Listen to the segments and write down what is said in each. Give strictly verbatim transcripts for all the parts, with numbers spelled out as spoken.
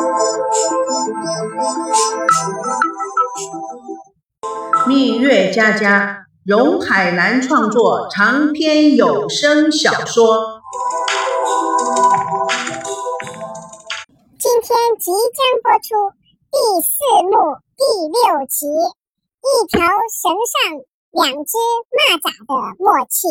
蜜月佳佳，荣海南创作长篇有声小说。 今天即将播出第四幕第六集，一条绳上两只蚂蚱的默契。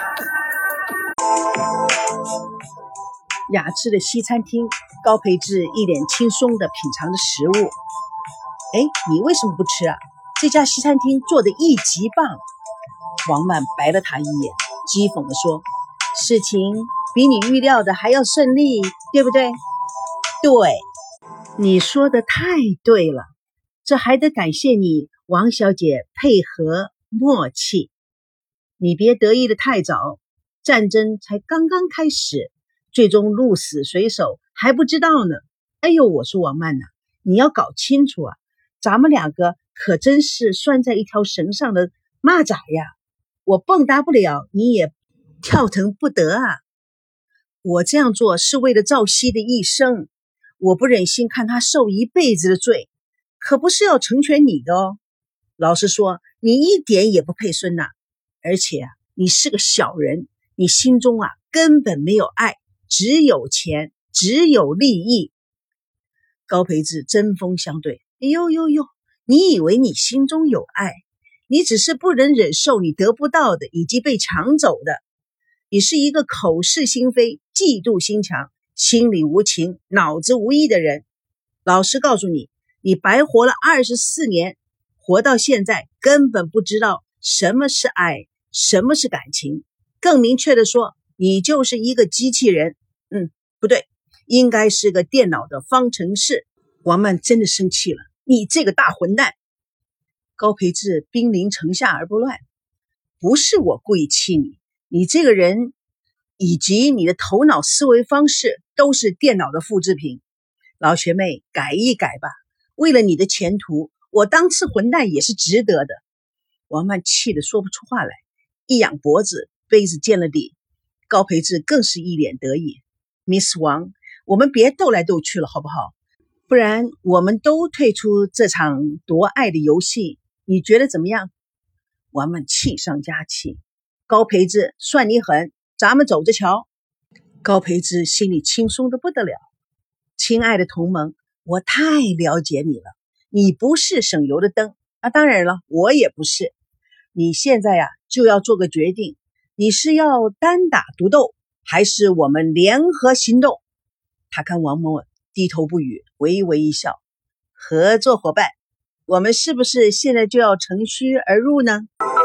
雅致的西餐厅，高培志一脸轻松地品尝着食物。哎，你为什么不吃啊？这家西餐厅做的一级棒。王曼白了他一眼，讥讽地说，事情比你预料的还要顺利，对不对？对，你说的太对了，这还得感谢你王小姐配合默契。你别得意的太早，战争才刚刚开始，最终鹿死谁手还不知道呢。哎呦，我说王曼呐，你要搞清楚啊，咱们两个可真是拴在一条绳上的蚂蚱呀，我蹦跶不了，你也跳腾不得啊。我这样做是为了赵熙的一生，我不忍心看他受一辈子的罪，可不是要成全你的哦。老实说，你一点也不配孙娜，而且啊，你是个小人，你心中啊根本没有爱，只有钱，只有利益。高培志针锋相对，哎呦呦呦，你以为你心中有爱，你只是不能忍受你得不到的以及被抢走的。你是一个口是心非、嫉妒心强、心里无情、脑子无益的人。老实告诉你，你白活了二十四年，活到现在根本不知道什么是爱，什么是感情。更明确的说，你就是一个机器人。嗯，不对，应该是个电脑的方程式。王曼真的生气了，你这个大混蛋！高培志兵临城下而不乱，不是我故意气你，你这个人以及你的头脑思维方式都是电脑的复制品。老学妹，改一改吧，为了你的前途，我当次混蛋也是值得的。王曼气得说不出话来，一仰脖子，杯子见了底。高培志更是一脸得意， Miss 王，我们别斗来斗去了好不好？不然我们都退出这场夺爱的游戏，你觉得怎么样？王曼气上加气，高培志算你狠，咱们走着瞧。高培志心里轻松得不得了，亲爱的同盟，我太了解你了，你不是省油的灯啊，当然了，我也不是。你现在呀、啊、就要做个决定，你是要单打独斗，还是我们联合行动？他看王默低头不语，微微一笑，合作伙伴，我们是不是现在就要乘虚而入呢？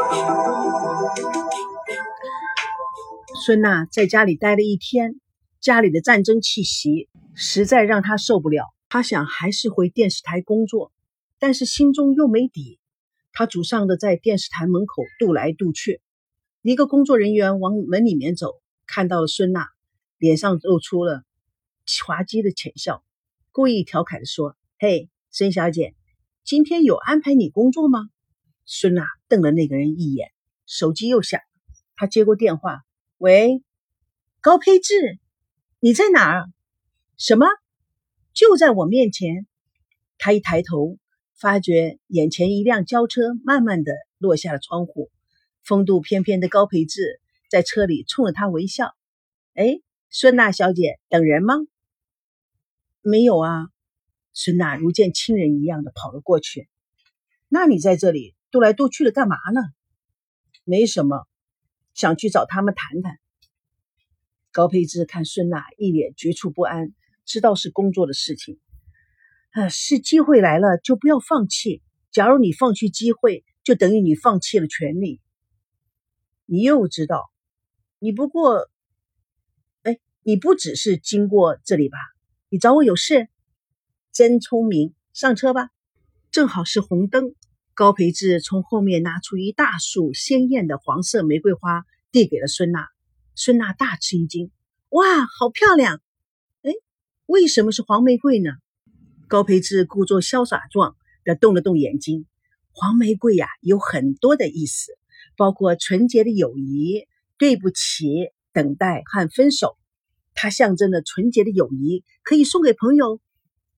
孙娜在家里待了一天，家里的战争气息实在让她受不了，她想还是回电视台工作，但是心中又没底。她沮丧地在电视台门口踱来踱去，一个工作人员往门里面走，看到了孙娜，脸上露出了滑稽的浅笑，故意调侃地说，嘿，孙小姐，今天有安排你工作吗？孙娜瞪了那个人一眼，手机又响，她接过电话，喂，高培志，你在哪儿？什么？就在我面前。他一抬头，发觉眼前一辆轿车慢慢地落下了窗户，风度翩翩的高培志在车里冲着他微笑。哎，孙娜小姐，等人吗？没有啊。孙娜如见亲人一样的跑了过去。那你在这里踱来踱去的干嘛呢？没什么，想去找他们谈谈。高培志看孙娜一脸局促不安，知道是工作的事情。啊，是机会来了就不要放弃，假如你放弃机会，就等于你放弃了权利。你又知道，你不过，哎，你不只是经过这里吧？你找我有事？真聪明，上车吧。正好是红灯，高培志从后面拿出一大束鲜艳的黄色玫瑰花，递给了孙娜。孙娜大吃一惊，哇，好漂亮！哎，为什么是黄玫瑰呢？高培志故作潇洒状地动了动眼睛。黄玫瑰呀、啊，有很多的意思，包括纯洁的友谊、对不起、等待和分手。它象征着纯洁的友谊可以送给朋友，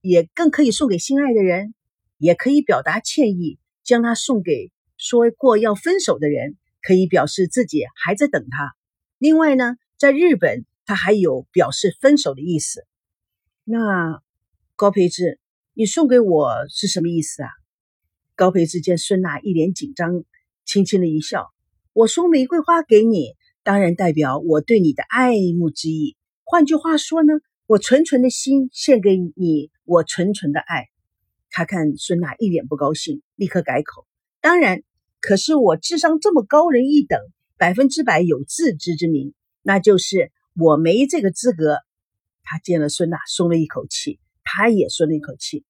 也更可以送给心爱的人，也可以表达歉意，将它送给说过要分手的人，可以表示自己还在等他。另外呢，在日本它还有表示分手的意思。那高培志，你送给我是什么意思啊？高培志见孙娜一脸紧张，轻轻的一笑，我送玫瑰花给你，当然代表我对你的爱慕之意。换句话说呢，我纯纯的心献给你，我纯纯的爱。他看孙娜一脸不高兴，立刻改口，当然，可是我智商这么高人一等，百分之百有自知之明，那就是我没这个资格。他见了孙娜松了一口气，他也松了一口气。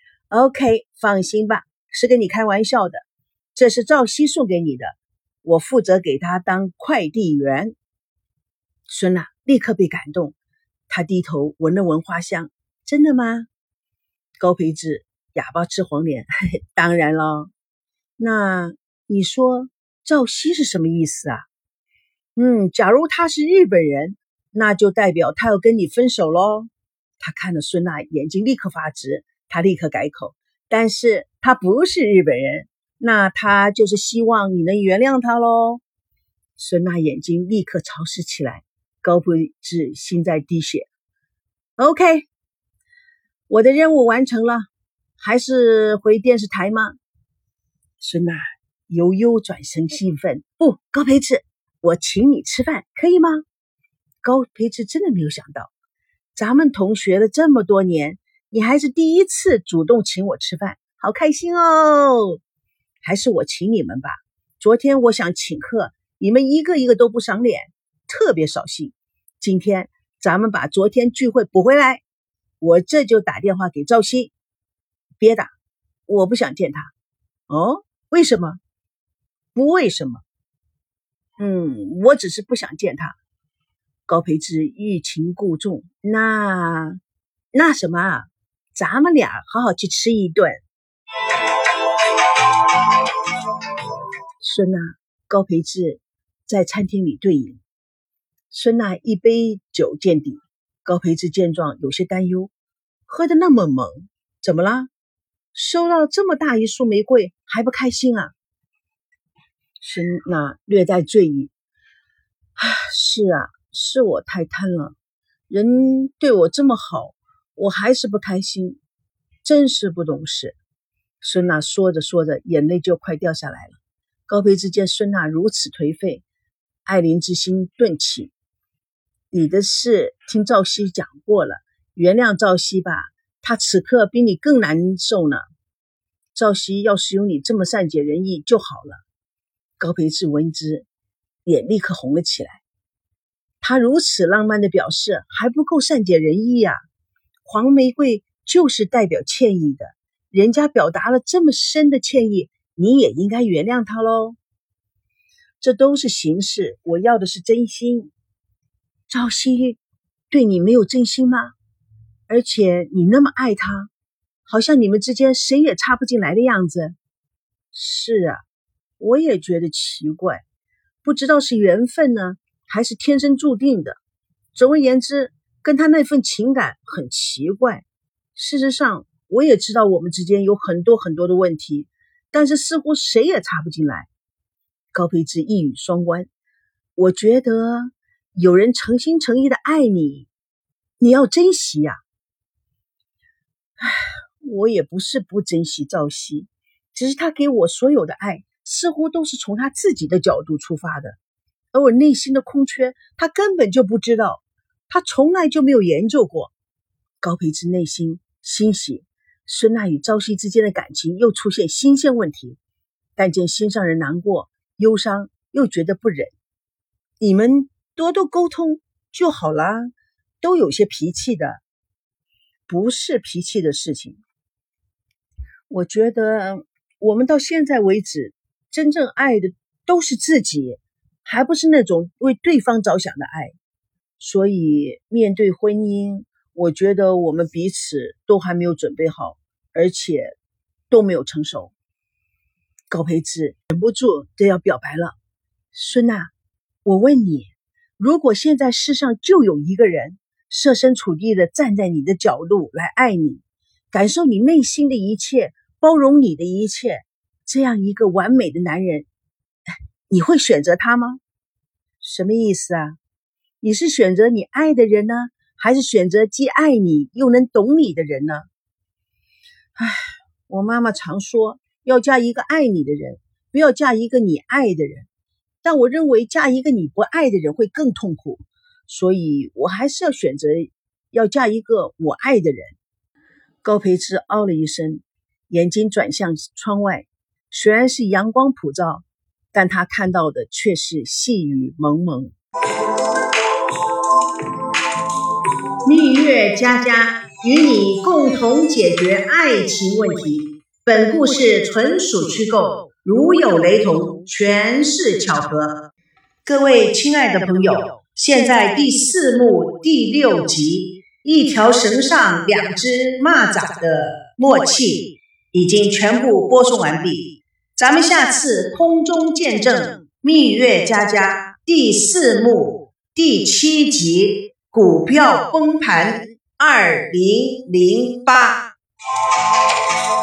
OK， 放心吧，是跟你开玩笑的，这是赵熙送给你的，我负责给他当快递员。孙娜立刻被感动，他低头闻了闻花香，真的吗？高培志哑巴吃黄连，嘿嘿，当然了。那你说赵熙是什么意思啊？嗯，假如他是日本人，那就代表他要跟你分手咯。他看了孙娜眼睛立刻发直，他立刻改口，但是他不是日本人，那他就是希望你能原谅他咯。孙娜眼睛立刻潮湿起来，高培志心在滴血。 OK， 我的任务完成了，还是回电视台吗？孙娜由忧转成兴奋，不，高培志，我请你吃饭可以吗？高培志真的没有想到，咱们同学了这么多年，你还是第一次主动请我吃饭，好开心哦。还是我请你们吧，昨天我想请客，你们一个一个都不赏脸，特别扫兴。今天咱们把昨天聚会补回来，我这就打电话给赵熙。别打，我不想见他。哦，为什么？不为什么。嗯，我只是不想见他。高培志欲擒故纵，那那什么啊，咱们俩好好去吃一顿。孙娜、高培志在餐厅里对饮，孙娜一杯酒见底，高培志见状有些担忧，喝得那么猛，怎么了？收到这么大一束玫瑰还不开心啊？孙娜略带醉意，啊，是啊，是我太贪了，人对我这么好，我还是不开心，真是不懂事。孙娜说着说着，眼泪就快掉下来了。高培志见孙娜如此颓废，爱怜之心顿起。你的事听赵熙讲过了，原谅赵熙吧，他此刻比你更难受呢。赵熙要是有你这么善解人意就好了。高培志闻之，脸立刻红了起来。他如此浪漫的表示还不够善解人意啊！黄玫瑰就是代表歉意的，人家表达了这么深的歉意，你也应该原谅他咯。这都是形式，我要的是真心。赵熙对你没有真心吗？而且你那么爱他，好像你们之间谁也插不进来的样子。是啊，我也觉得奇怪，不知道是缘分呢，还是天生注定的。总而言之，跟他那份情感很奇怪。事实上，我也知道我们之间有很多很多的问题，但是似乎谁也插不进来。高培志一语双关，我觉得有人诚心诚意的爱你，你要珍惜呀。唉，我也不是不珍惜赵熙，只是他给我所有的爱，似乎都是从他自己的角度出发的，而我内心的空缺，他根本就不知道，他从来就没有研究过。高培志内心欣喜，孙娜与赵熙之间的感情又出现新鲜问题，但见心上人难过忧伤，又觉得不忍。你们多多沟通就好啦，都有些脾气的。不是脾气的事情，我觉得我们到现在为止，真正爱的都是自己，还不是那种为对方着想的爱。所以面对婚姻，我觉得我们彼此都还没有准备好，而且都没有成熟。高培志忍不住都要表白了。孙娜，我问你，如果现在世上就有一个人设身处地的站在你的角度来爱你， 感受你内心的一切，包容你的一切，这样一个完美的男人，你会选择他吗？什么意思啊？你是选择你爱的人呢，还是选择既爱你又能懂你的人呢？唉，我妈妈常说要嫁一个爱你的人，不要嫁一个你爱的人，但我认为嫁一个你不爱的人会更痛苦，所以我还是要选择要嫁一个我爱的人。高培志哦了一声，眼睛转向窗外，虽然是阳光普照，但他看到的却是细雨蒙蒙。 蜜月佳佳与你共同解决爱情问题。本故事纯属虚构，如有雷同，全是巧合。各位亲爱的朋友，现在第四幕第六集，一条绳上两只蚂蚱的默契已经全部播送完毕。咱们下次空中见证蜜月佳佳第四幕第七集股票崩盘二零零八。